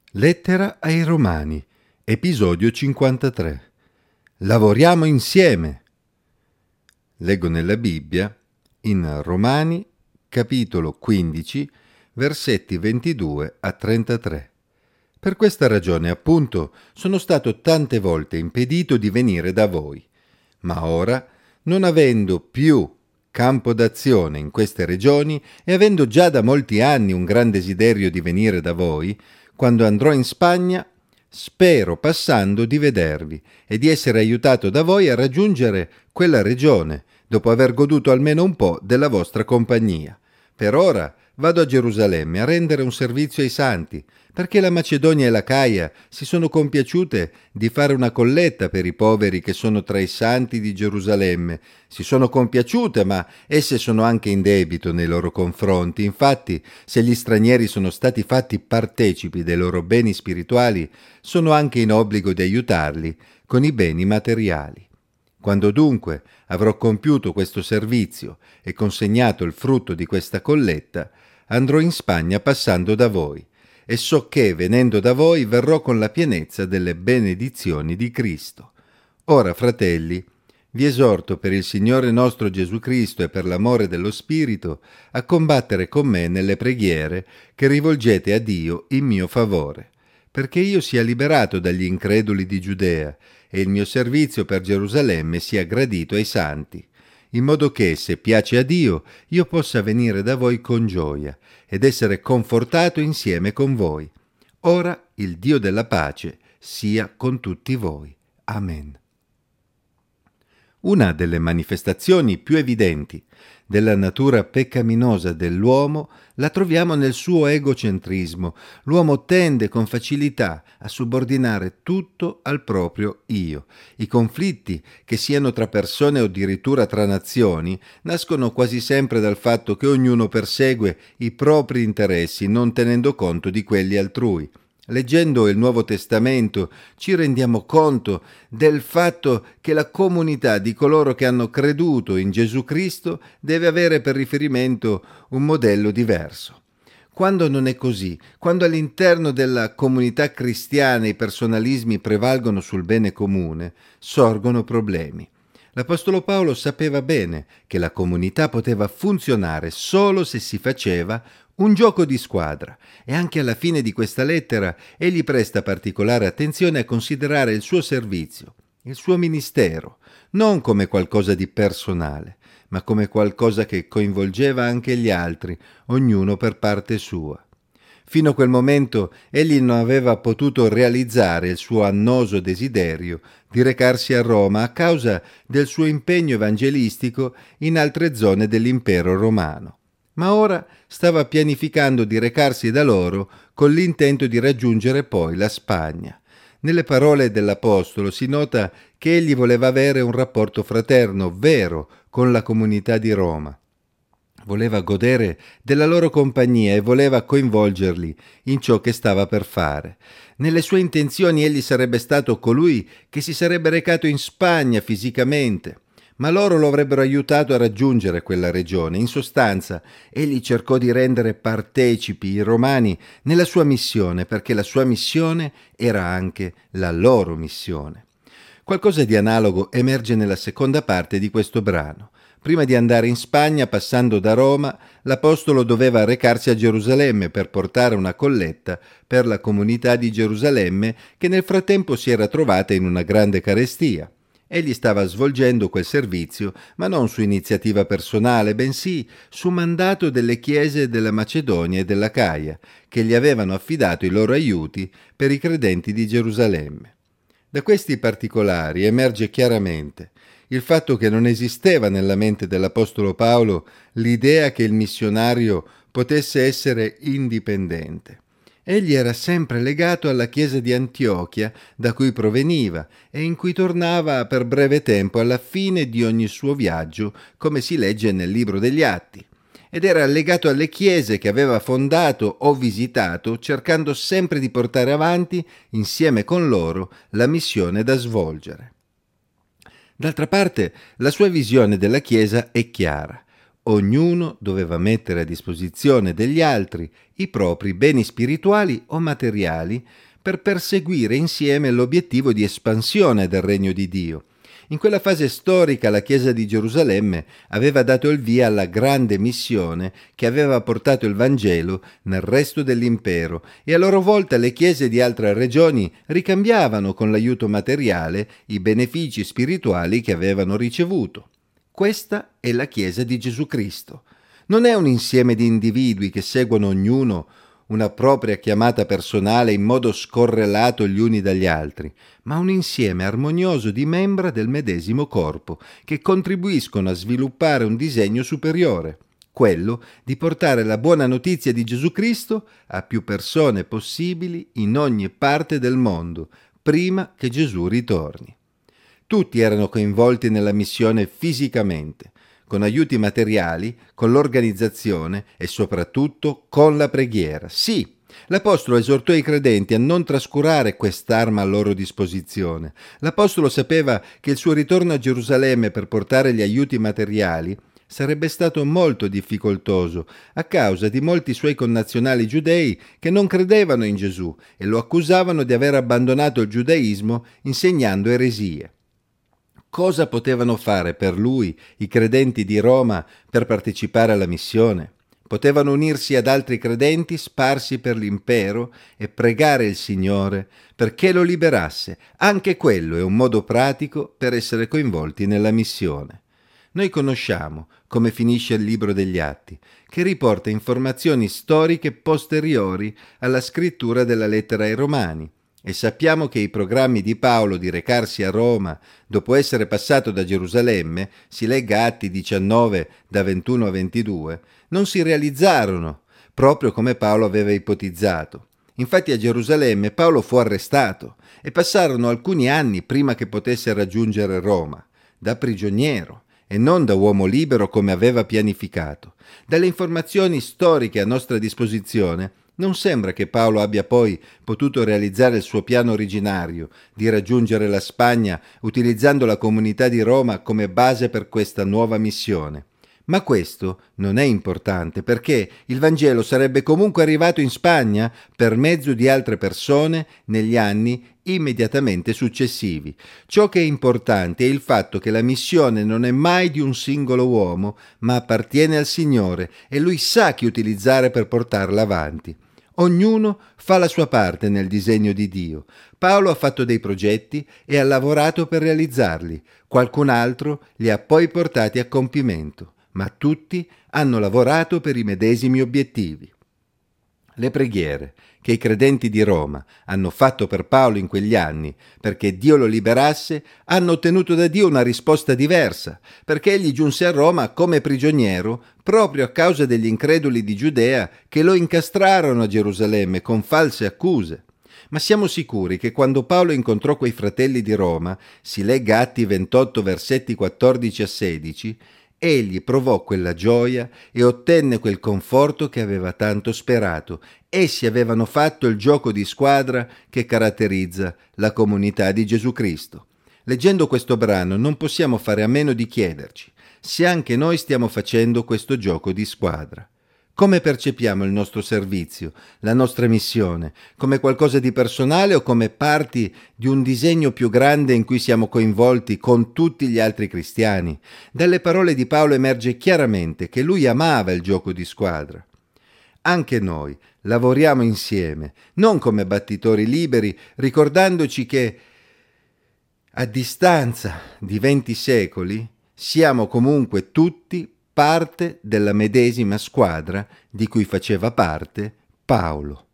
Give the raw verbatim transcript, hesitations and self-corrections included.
Lettera ai Romani, episodio cinquantatré. Lavoriamo insieme. Leggo nella Bibbia in Romani, capitolo quindici, versetti ventidue a trentatré. Per questa ragione, appunto, sono stato tante volte impedito di venire da voi, ma ora, non avendo più campo d'azione in queste regioni e avendo già da molti anni un gran desiderio di venire da voi, quando andrò in Spagna, spero passando di vedervi e di essere aiutato da voi a raggiungere quella regione, dopo aver goduto almeno un po' della vostra compagnia. Per ora vado a Gerusalemme a rendere un servizio ai santi, perché la Macedonia e l'Acaia si sono compiaciute di fare una colletta per i poveri che sono tra i santi di Gerusalemme. Si sono compiaciute, ma esse sono anche in debito nei loro confronti. Infatti, se gli stranieri sono stati fatti partecipi dei loro beni spirituali, sono anche in obbligo di aiutarli con i beni materiali. Quando dunque avrò compiuto questo servizio e consegnato il frutto di questa colletta, andrò in Spagna passando da voi, e so che, venendo da voi, verrò con la pienezza delle benedizioni di Cristo. Ora, fratelli, vi esorto per il Signore nostro Gesù Cristo e per l'amore dello Spirito a combattere con me nelle preghiere che rivolgete a Dio in mio favore, perché io sia liberato dagli increduli di Giudea e il mio servizio per Gerusalemme sia gradito ai santi, in modo che, se piace a Dio, io possa venire da voi con gioia ed essere confortato insieme con voi. Ora il Dio della pace sia con tutti voi. Amen. Una delle manifestazioni più evidenti della natura peccaminosa dell'uomo la troviamo nel suo egocentrismo. L'uomo tende con facilità a subordinare tutto al proprio io. I conflitti, che siano tra persone o addirittura tra nazioni, nascono quasi sempre dal fatto che ognuno persegue i propri interessi, non tenendo conto di quelli altrui. Leggendo il Nuovo Testamento ci rendiamo conto del fatto che la comunità di coloro che hanno creduto in Gesù Cristo deve avere per riferimento un modello diverso. Quando non è così, quando all'interno della comunità cristiana i personalismi prevalgono sul bene comune, sorgono problemi. L'Apostolo Paolo sapeva bene che la comunità poteva funzionare solo se si faceva un gioco di squadra, e anche alla fine di questa lettera egli presta particolare attenzione a considerare il suo servizio, il suo ministero, non come qualcosa di personale, ma come qualcosa che coinvolgeva anche gli altri, ognuno per parte sua. Fino a quel momento egli non aveva potuto realizzare il suo annoso desiderio di recarsi a Roma a causa del suo impegno evangelistico in altre zone dell'impero romano. Ma ora stava pianificando di recarsi da loro con l'intento di raggiungere poi la Spagna. Nelle parole dell'Apostolo si nota che egli voleva avere un rapporto fraterno vero con la comunità di Roma. Voleva godere della loro compagnia e voleva coinvolgerli in ciò che stava per fare. Nelle sue intenzioni egli sarebbe stato colui che si sarebbe recato in Spagna fisicamente, ma loro lo avrebbero aiutato a raggiungere quella regione. In sostanza, egli cercò di rendere partecipi i romani nella sua missione, perché la sua missione era anche la loro missione. Qualcosa di analogo emerge nella seconda parte di questo brano. Prima di andare in Spagna, passando da Roma, l'Apostolo doveva recarsi a Gerusalemme per portare una colletta per la comunità di Gerusalemme che nel frattempo si era trovata in una grande carestia. Egli stava svolgendo quel servizio, ma non su iniziativa personale, bensì su mandato delle chiese della Macedonia e dell'Acaia, che gli avevano affidato i loro aiuti per i credenti di Gerusalemme. Da questi particolari emerge chiaramente il fatto che non esisteva nella mente dell'Apostolo Paolo l'idea che il missionario potesse essere indipendente. Egli era sempre legato alla chiesa di Antiochia, da cui proveniva, e in cui tornava per breve tempo alla fine di ogni suo viaggio, come si legge nel libro degli Atti, ed era legato alle chiese che aveva fondato o visitato, cercando sempre di portare avanti, insieme con loro, la missione da svolgere. D'altra parte, la sua visione della Chiesa è chiara. Ognuno doveva mettere a disposizione degli altri i propri beni spirituali o materiali per perseguire insieme l'obiettivo di espansione del regno di Dio. In quella fase storica la Chiesa di Gerusalemme aveva dato il via alla grande missione che aveva portato il Vangelo nel resto dell'impero e a loro volta le chiese di altre regioni ricambiavano con l'aiuto materiale i benefici spirituali che avevano ricevuto. Questa è la Chiesa di Gesù Cristo. Non è un insieme di individui che seguono ognuno una propria chiamata personale in modo scorrelato gli uni dagli altri, ma un insieme armonioso di membra del medesimo corpo che contribuiscono a sviluppare un disegno superiore, quello di portare la buona notizia di Gesù Cristo a più persone possibili in ogni parte del mondo, prima che Gesù ritorni. Tutti erano coinvolti nella missione fisicamente, con aiuti materiali, con l'organizzazione e soprattutto con la preghiera. Sì, l'Apostolo esortò i credenti a non trascurare quest'arma a loro disposizione. L'Apostolo sapeva che il suo ritorno a Gerusalemme per portare gli aiuti materiali sarebbe stato molto difficoltoso a causa di molti suoi connazionali giudei che non credevano in Gesù e lo accusavano di aver abbandonato il giudaismo insegnando eresie. Cosa potevano fare per lui i credenti di Roma per partecipare alla missione? Potevano unirsi ad altri credenti sparsi per l'impero e pregare il Signore perché lo liberasse. Anche quello è un modo pratico per essere coinvolti nella missione. Noi conosciamo come finisce il libro degli Atti, che riporta informazioni storiche posteriori alla scrittura della lettera ai Romani. E sappiamo che i programmi di Paolo di recarsi a Roma dopo essere passato da Gerusalemme, si legga Atti diciannove da ventuno a ventidue, non si realizzarono, proprio come Paolo aveva ipotizzato. Infatti a Gerusalemme Paolo fu arrestato e passarono alcuni anni prima che potesse raggiungere Roma, da prigioniero e non da uomo libero come aveva pianificato. Dalle informazioni storiche a nostra disposizione non sembra che Paolo abbia poi potuto realizzare il suo piano originario di raggiungere la Spagna utilizzando la comunità di Roma come base per questa nuova missione. Ma questo non è importante perché il Vangelo sarebbe comunque arrivato in Spagna per mezzo di altre persone negli anni immediatamente successivi. Ciò che è importante è il fatto che la missione non è mai di un singolo uomo, ma appartiene al Signore e Lui sa chi utilizzare per portarla avanti. Ognuno fa la sua parte nel disegno di Dio. Paolo ha fatto dei progetti e ha lavorato per realizzarli. Qualcun altro li ha poi portati a compimento, ma tutti hanno lavorato per i medesimi obiettivi. Le preghiere che i credenti di Roma hanno fatto per Paolo in quegli anni perché Dio lo liberasse hanno ottenuto da Dio una risposta diversa, perché egli giunse a Roma come prigioniero proprio a causa degli increduli di Giudea che lo incastrarono a Gerusalemme con false accuse. Ma siamo sicuri che quando Paolo incontrò quei fratelli di Roma, si legga Atti ventotto versetti quattordici a sedici, egli provò quella gioia e ottenne quel conforto che aveva tanto sperato. Essi avevano fatto il gioco di squadra che caratterizza la comunità di Gesù Cristo. Leggendo questo brano non possiamo fare a meno di chiederci se anche noi stiamo facendo questo gioco di squadra. Come percepiamo il nostro servizio, la nostra missione? Come qualcosa di personale o come parti di un disegno più grande in cui siamo coinvolti con tutti gli altri cristiani? Dalle parole di Paolo emerge chiaramente che lui amava il gioco di squadra. Anche noi lavoriamo insieme, non come battitori liberi, ricordandoci che a distanza di venti secoli siamo comunque tutti parte della medesima squadra di cui faceva parte Paolo.